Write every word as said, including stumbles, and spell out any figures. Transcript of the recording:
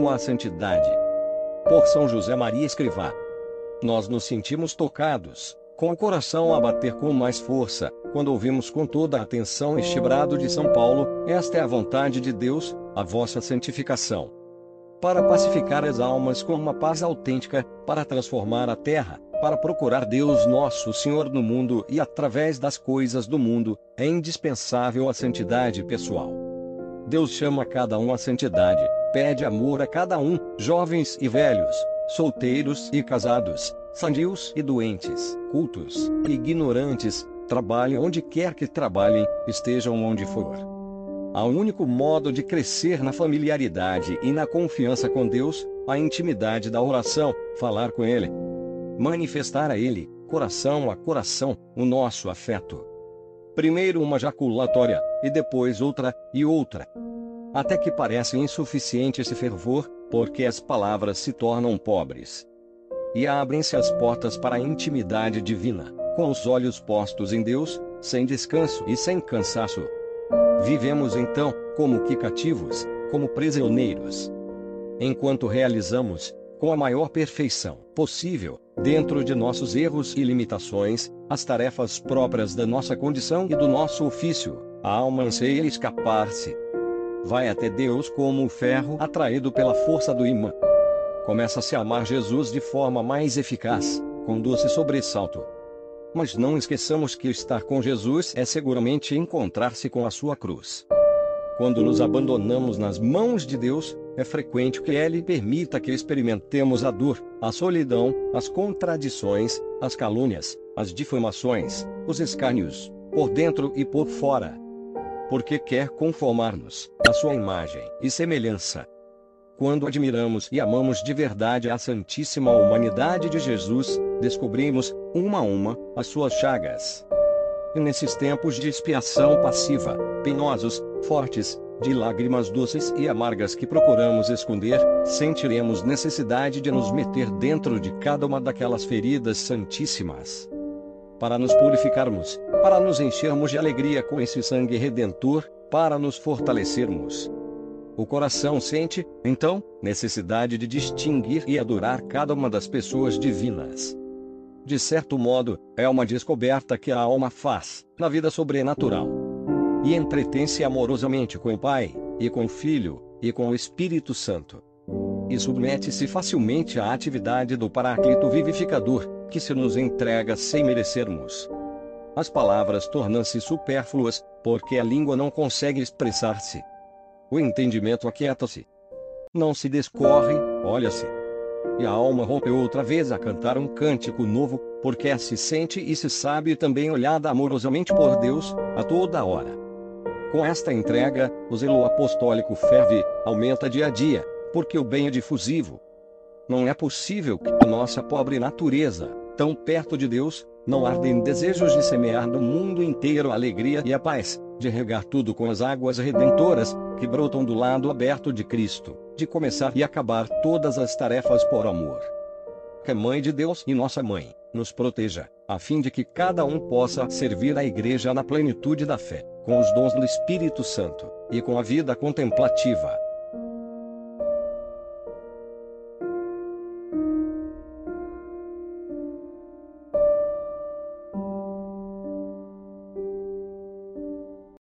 rumo à santidade. Por São José Maria Escrivá. Nós nos sentimos tocados, com o coração a bater com mais força, quando ouvimos com toda a atenção este brado de São Paulo: esta é a vontade de Deus, a vossa santificação. Para pacificar as almas com uma paz autêntica, para transformar a terra, para procurar Deus nosso Senhor no mundo e através das coisas do mundo, é indispensável a santidade pessoal. Deus chama cada um à santidade, pede amor a cada um, jovens e velhos, solteiros e casados, sadios e doentes, cultos e ignorantes, trabalhem onde quer que trabalhem, estejam onde for. Há um único modo de crescer na familiaridade e na confiança com Deus, a intimidade da oração, falar com Ele. Manifestar a Ele, coração a coração, o nosso afeto. Primeiro uma jaculatória, e depois outra, e outra. Até que parece insuficiente esse fervor, porque as palavras se tornam pobres. E abrem-se as portas para a intimidade divina, com os olhos postos em Deus, sem descanso e sem cansaço. Vivemos então, como que cativos, como prisioneiros. Enquanto realizamos, com a maior perfeição possível, dentro de nossos erros e limitações, as tarefas próprias da nossa condição e do nosso ofício, a alma anseia escapar-se. Vai até Deus como o ferro atraído pela força do imã. Começa-se a amar Jesus de forma mais eficaz, com doce sobressalto. Mas não esqueçamos que estar com Jesus é seguramente encontrar-se com a sua cruz. Quando nos abandonamos nas mãos de Deus, é frequente que Ele permita que experimentemos a dor, a solidão, as contradições, as calúnias, as difamações, os escárnios, por dentro e por fora. Porque quer conformar-nos à sua imagem e semelhança. Quando admiramos e amamos de verdade a Santíssima Humanidade de Jesus, descobrimos, uma a uma, as suas chagas. E nesses tempos de expiação passiva, penosos, fortes, de lágrimas doces e amargas que procuramos esconder, sentiremos necessidade de nos meter dentro de cada uma daquelas feridas santíssimas. Para nos purificarmos, para nos enchermos de alegria com esse sangue redentor, para nos fortalecermos. O coração sente, então, necessidade de distinguir e adorar cada uma das pessoas divinas. De certo modo, é uma descoberta que a alma faz, na vida sobrenatural. E entretém-se amorosamente com o Pai, e com o Filho, e com o Espírito Santo. E submete-se facilmente à atividade do Paráclito vivificador, que se nos entrega sem merecermos. As palavras tornam-se supérfluas, porque a língua não consegue expressar-se. O entendimento aquieta-se. Não se descorre, olha-se. E a alma rompeu outra vez a cantar um cântico novo, porque se sente e se sabe também olhada amorosamente por Deus, a toda hora. Com esta entrega, o zelo apostólico ferve, aumenta dia a dia, porque o bem é difusivo. Não é possível que a nossa pobre natureza, tão perto de Deus, não arde em desejos de semear no mundo inteiro a alegria e a paz, de regar tudo com as águas redentoras, que brotam do lado aberto de Cristo, de começar e acabar todas as tarefas por amor. Que a Mãe de Deus e nossa Mãe, nos proteja, a fim de que cada um possa servir a Igreja na plenitude da fé, com os dons do Espírito Santo, e com a vida contemplativa,